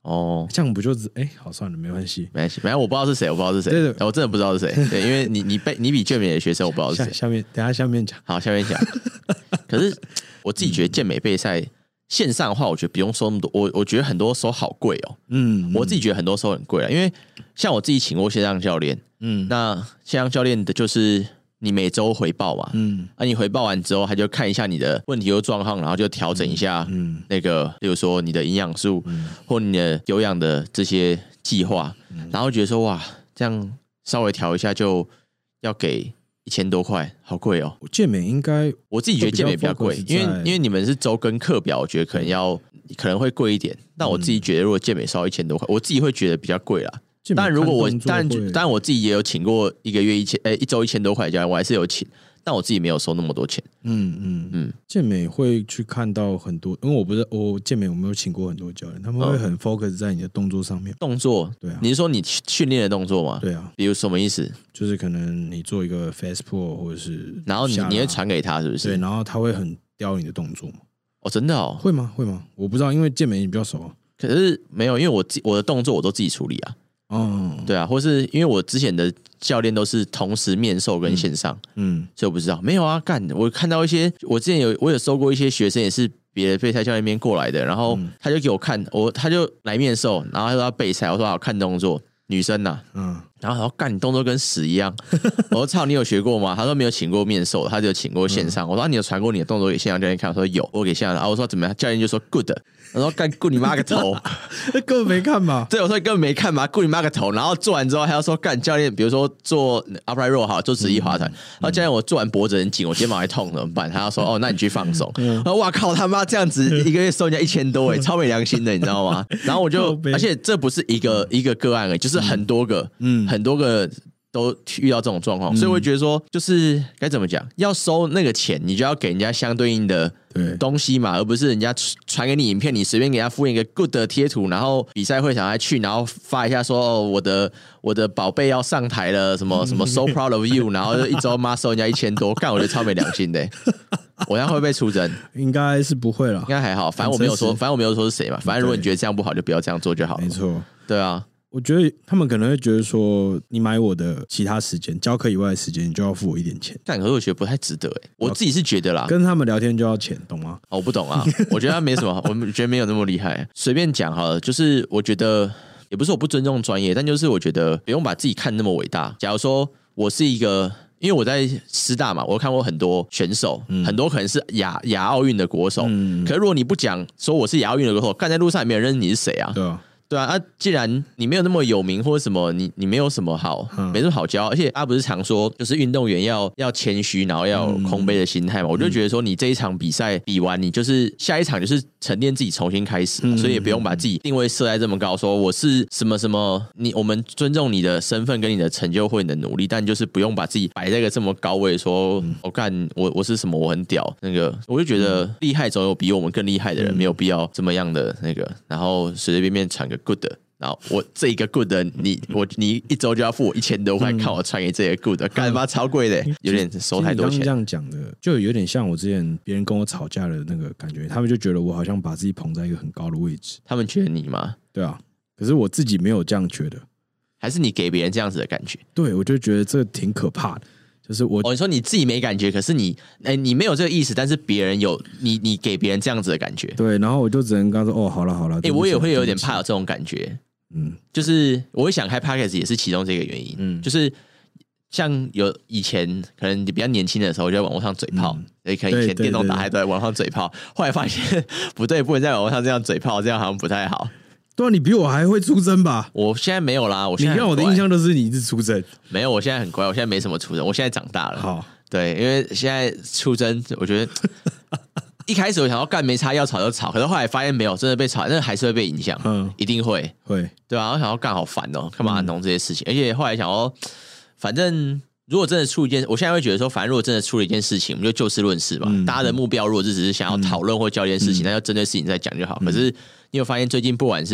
哦，这样不就是好算了，没关系， 没关系，反正我不知道是谁，对，我真的不知道是谁，对，因为你比健美的学生，我不知道是谁。 等下下面讲， 好，下面讲。可是我自己觉得健美备赛线上的话，我觉得不用收那么多，我觉得很多收好贵哦。我自己觉得很多收很贵了，因为像我自己请过线上教练，那线上教练的就是你每周回报嘛，你回报完之后，他就看一下你的问题和状况，然后就调整一下那个，比如说你的营养素或你的有氧的这些计划，然后觉得说哇，这样稍微调一下就要给1000多块，好贵哦。 健美应该我自己觉得健美比较贵，因为你们是周跟课表，我觉得可能会贵一点。但我自己觉得，如果健美烧1000多块，我自己会觉得比较贵啦。当然，如果当然我自己也有请过一个月一周1000多块的教练，我还是有请，但我自己没有收那么多钱。 健美会去看到很多，因为我健美我没有请过很多教练，他们会很 focus 在你的动作上面。 动作，对啊，你是说你训练的动作吗？ 对啊， 比如什么意思？ 就是可能你做一个 fast pull 或者是， 然后你会传给他，是不是？ 对，然后他会很雕你的动作嘛。 哦，真的哦？ 会吗？我不知道，因为健美你比较熟啊。 可是没有，因为我的动作我都自己处理啊。对啊，或是因为我之前的教练都是同时面授跟线上，所以我不知道。没有啊，我看到一些，我之前有收过一些学生，也是别的备赛教练那边过来的，然后他就给我看，他就来面授，然后他说要备赛，我说好看动作，女生呐，然后他说干你动作跟屎一样，我说操你有学过吗？他说没有请过面授，他就请过线上。我说你有传过你的动作给线上教练看？我说有，我给线上，然后我说怎么样？教练就说 good。我说干顾你妈个头， 根本没看嘛。 对，我说根本没看嘛，顾你妈个头。然后做完之后还要说干教练，比如说做 upright row 好，做直立划船，然后教练我做完脖子很紧，我肩膀还痛怎么办？他要说哦，那你去放松。哇靠他妈这样子一个月收人家1000多超没良心的，你知道吗？然后我就，而且这不是一个个案而已，就是很多个都遇到这种状况，所以我会觉得说，就是该怎么讲，要收那个钱，你就要给人家相对应的东西嘛，而不是人家传给你影片，你随便给他敷一个 good 的贴图，然后比赛会场还去，然后发一下说哦，我的宝贝要上台了，什么 so proud of you， 然后就一周妈收人家1000多，干我觉得超没良心的。我这样会被出征？ 应该是不会啦， 应该还好，反正我没有说是谁嘛，反正如果你觉得这样不好，就不要这样做就好了。 没错， 对啊。 我觉得他们可能会觉得说，你买我的其他时间，教课以外的时间，你就要付我一点钱。 但可是我觉得不太值得我自己是觉得啦， 跟他们聊天就要钱，懂吗？ 我不懂啊，我觉得他没什么，我觉得没有那么厉害。随便讲好了，就是我觉得也不是我不尊重专业，但就是我觉得不用把自己看那么伟大。假如说我是一个，因为我在师大嘛，我看过很多选手，很多可能是亚奥运的国手，可是如果你不讲说我是亚奥运的国手，干在路上也没有人认识你是谁啊？对啊，既然你没有那么有名或者什么，你没有什么好，没什么好教，而且不是常说，就是运动员要谦虚，然后要有空杯的心态嘛。我就觉得说，你这一场比赛比完，你就是下一场就是沉淀自己，重新开始，所以也不用把自己定位设在这么高，说我是什么什么，我们尊重你的身份跟你的成就或你的努力，但就是不用把自己摆在一个这么高位，说我干我是什么，我很屌，那个我就觉得厉害总有比我们更厉害的人，没有必要这么样的那个，然后随随便便传个 good， 然后我这一个 good 你一周就要付我1000多块，看我传给这个 good， 干嘛超贵的，有点收太多钱。 你刚刚这样讲的，就有点像我之前别人跟我吵架的那个感觉，他们就觉得我好像把自己捧在一个很高的位置。 他们觉得你吗？ 对啊，可是我自己没有这样觉得， 还是你给别人这样子的感觉？ 对，我就觉得这挺可怕的。就是你说你自己没感觉，可是你没有这个意思，但是别人有，你给别人这样子的感觉。 对，然后我就只能跟他说哦，好了， 我也会有点怕有这种感觉。就是我会想开 podcast 也是其中这个原因。就是像有以前可能你比较年轻的时候，就在网络上嘴炮，所以可能以前电动打开都在网络上嘴炮，后来发现不对，不能在网络上这样嘴炮，这样好像不太好。 对啊，你比我还会出征吧？ 我现在没有啦， 你看我的印象都是你一直出征。 没有，我现在很乖，我现在没什么出征，我现在长大了。 好， 对，因为现在出征，我觉得一开始我想要干没差，要吵就吵，可是后来发现没有，真的被吵，那还是会被影响，一定会，对啊，我想要干好烦哦，干嘛弄这些事情？而且后来想要，反正如果真的出一件，我现在会觉得说，反正如果真的出了一件事情，我们就事论事嘛。大家的目标如果只是想要讨论或教一件事情，那就针对事情再讲就好。可是你有发现最近不管是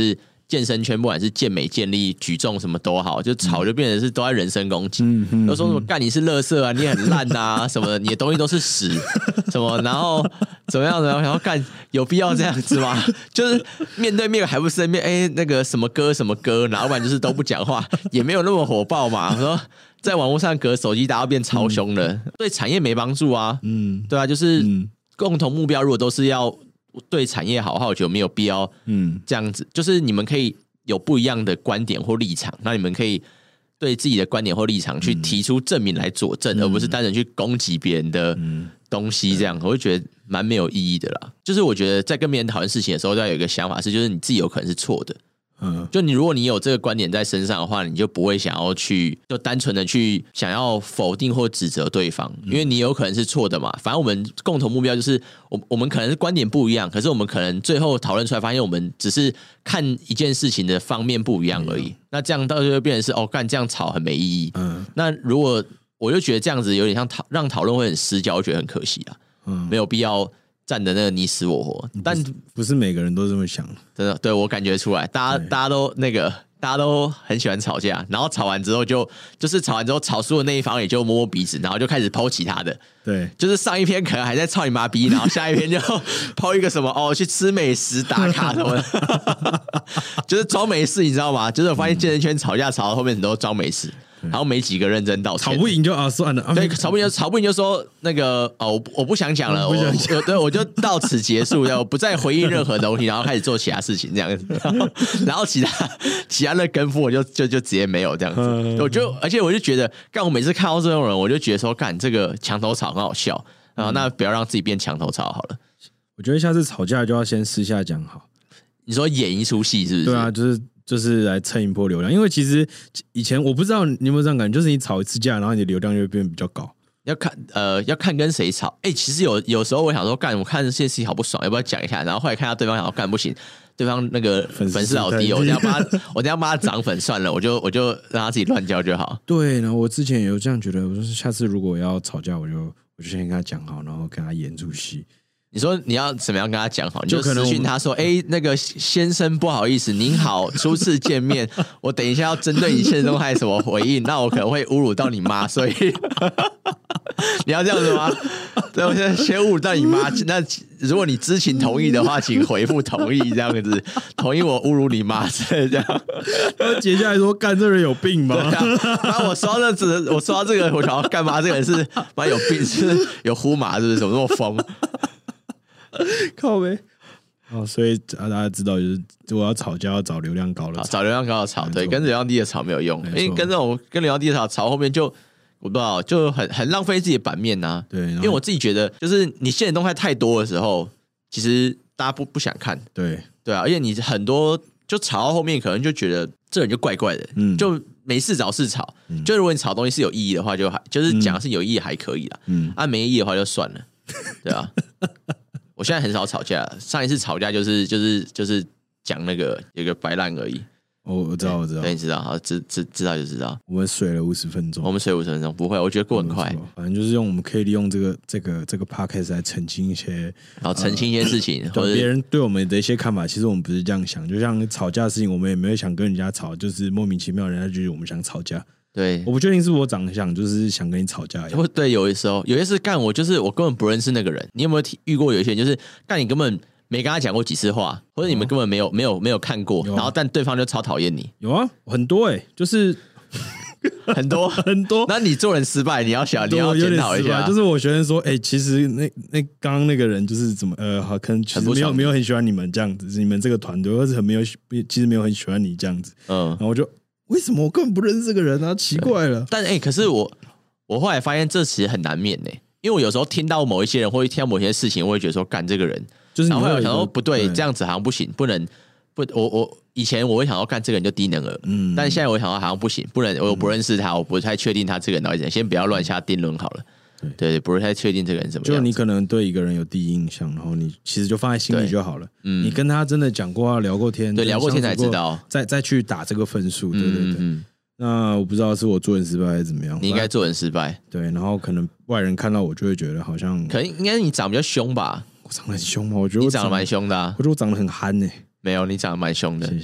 健身圈，不管是健美、健力、举重什么都好，就吵就变成是都在人身攻击，都说什么干你是垃圾啊，你很烂啊，什么你的东西都是屎，什么然后怎么样，然后干有必要这样子吗？就是面对面还不是面，那个什么歌什么歌，然后不然就是都不讲话，也没有那么火爆嘛。说在网络上隔手机，大家变超凶了，对产业没帮助啊。对啊，就是共同目标如果都是要对产业好，我觉得没有必要这样子。就是你们可以有不一样的观点或立场，那你们可以对自己的观点或立场去提出证明来佐证，而不是单纯去攻击别人的东西。这样我会觉得蛮没有意义的啦。就是我觉得在跟别人讨论事情的时候，要有一个想法是，就是你自己有可能是错的。就你如果你有这个观点在身上的话，你就不会想要去就单纯的去想要否定或指责对方，因为你有可能是错的嘛。反正我们共同目标就是我们可能是观点不一样，可是我们可能最后讨论出来发现我们只是看一件事情的方面不一样而已。那这样到最后变成是干这样吵很没意义。那如果我就觉得这样子有点像让讨论会很失焦，我觉得很可惜啊。没有必要站的那个你死我活，但不是每个人都这么想， 真的，对我感觉出来，大家都很喜欢吵架，然后吵完之后就是吵完之后吵输的那一方也就摸摸鼻子，然后就开始抛其他的， 对， 就是上一篇可能还在操你妈逼，然后下一篇就抛一个什么去吃美食打卡什么的，就是装没事，你知道吗？就是我发现健身圈吵架吵到后面很多装没事。然后没几个认真道歉， 吵不赢就算了。 对，吵不赢就说那个我不想讲了，我就到此结束，我不再回应任何东西，然后开始做其他事情这样子。然后其他的跟夫我就直接没有这样子。而且我就觉得，我每次看到这种人，我就觉得说，干这个墙头草很好笑啊，那不要让自己变墙头草好了。 我觉得下次吵架就要先私下讲好。 你说演一出戏是不是？ 对啊，就是来蹭一波流量，因为其实以前我不知道你有没有这样感觉，就是你吵一次架，然后你的流量就会变比较高。 要看跟谁吵。其实有时候我想说，我看这件事情好不爽，要不要讲一下？然后后来看到对方想说，不行，对方那个粉丝好低，我等一下帮他涨粉算了，我就让他自己乱叫就好。 对，然后我之前也有这样觉得，我说下次如果我要吵架，我就先跟他讲好，然后跟他演出戏。 你说你要怎么样跟他讲好？你就私讯他说：“那个先生，不好意思，您好，初次见面，我等一下要针对你现实动态什么回应，那我可能会侮辱到你妈，所以你要这样子吗？对，我现在先侮辱到你妈。那如果你知情同意的话，请回复同意，这样子，同意我侮辱你妈之类这样。 然后接下来说，干这人有病吗？ 然后我说到这个，我想要干嘛？这个人是妈有病，是有呼麻，是不是？怎么那么疯？” 靠呗，所以大家知道，就是我要吵架要找流量高的吵， 找流量高的吵，对，跟流量低的吵没有用，因为跟流量低的吵后面就我不知道，就很浪费自己的版面呐。 对， 因为我自己觉得，就是你现在动态太多的时候，其实大家不想看。对啊，而且你很多就吵到后面，可能就觉得这人就怪怪的，就没事找事吵。就如果你吵东西是有意义的话，就是讲是有意义还可以啦，没意义的话就算了，对啊。我现在很少吵架，上一次吵架就是讲那个有个白烂而已。我知道，对，你知道，好，知道就知道。 我们水了50分钟， 不会，我觉得过很快。 反正就是我们可以利用这个 podcast 来澄清一些事情，或者别人对我们的一些看法。其实我们不是这样想，就像吵架的事情，我们也没有想跟人家吵，就是莫名其妙，人家就觉得我们想吵架。对，我不确定是我长相，就是想跟你吵架。 对，有些时候干我根本不认识那个人。你有没有遇过有一些人，就是干你根本没跟他讲过几次话，或者你们根本没有看过，然后但对方就超讨厌你？ 有啊，很多就是很多。那你做人失败，你要检讨一下。 就是我学生说，其实那刚刚那个人就是怎么好，可能其实没有很喜欢你们这样子，你们这个团队，或者其实没有很喜欢你这样子。然后我就。为什么我根本不认识这个人啊？奇怪了。 但可是我后来发现这其实很难免因为我有时候听到某一些人或者听到某些事情，我会觉得说干这个人，就是然后我想说不对，这样子好像不行，我以前我会想到干这个人就低能儿，但现在我想到好像不行，不能，我不认识他，我不太确定他这个人到底怎样，先不要乱下定论好了。对，不是太确定这个人怎么样。 就你可能对一个人有第一印象，然后你其实就放在心里就好了。你跟他真的讲过话、聊过天， 对，聊过天才知道， 再去打这个分数。对。那我不知道是我做人失败还是怎么样。 你应该做人失败。 对，然后可能外人看到我就会觉得好像， 可能应该你长比较凶吧？ 我长得很凶吗？我觉得你长得蛮凶的啊。 我觉得我长得很憨没有，你长得蛮凶的。 谢谢。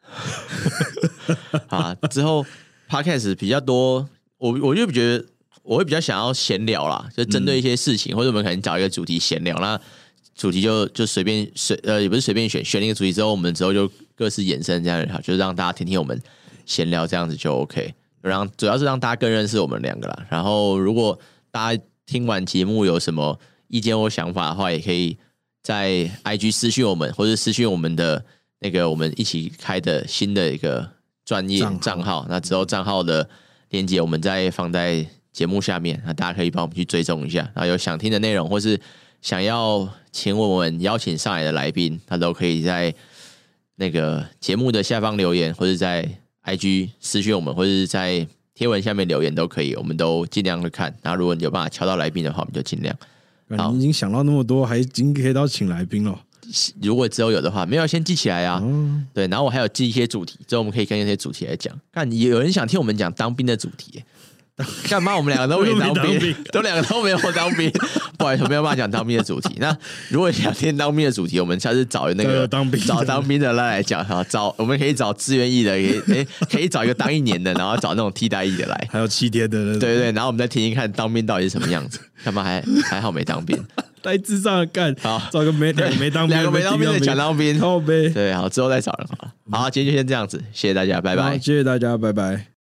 啊，之后 podcast 比较多，我就觉得我会比较想要闲聊啦，就针对一些事情，或者我们可能找一个主题闲聊，那主题就随便也不是随便选一个主题之后，我们之后就各式延伸这样就好，就是让大家听听我们闲聊这样子就 OK， 主要是让大家更认识我们两个啦。然后如果大家听完节目有什么意见或想法的话，也可以在 IG 私讯我们，或者私讯我们的那个我们一起开的新的一个专业账号，那之后账号的链接我们再放在节目下面，那大家可以帮我们去追踪一下，然后有想听的内容或是想要请我们邀请上来的来宾，他都可以在那个节目的下方留言，或者在 IG 私讯我们，或者是在贴文下面留言都可以，我们都尽量去看。然后如果你有办法敲到来宾的话，我们就尽量。 你已经想到那么多，还已经可以到请来宾了。 如果之后有的话，没有先记起来啊。对，然后我还有记一些主题，之后我们可以跟一些主题来讲。看有人想听我们讲当兵的主题，干嘛？我们两个都没当兵，都两个都没有当兵，不好意思，没有办法讲当兵的主题。那如果想听当兵的主题，我们下次找那个找当兵的来讲哈，我们可以找志愿役的，可以找一个当1年的，然后找那种替代役的来， 还有7天的， 对对，然后我们再听一看当兵到底是什么样子。干嘛还好没当兵， 太智障了干！好，找个两个没当兵的抢当兵， 靠背。 对，好，之后再找人好了。好，今天就先这样子，谢谢大家，拜拜。 谢谢大家，拜拜。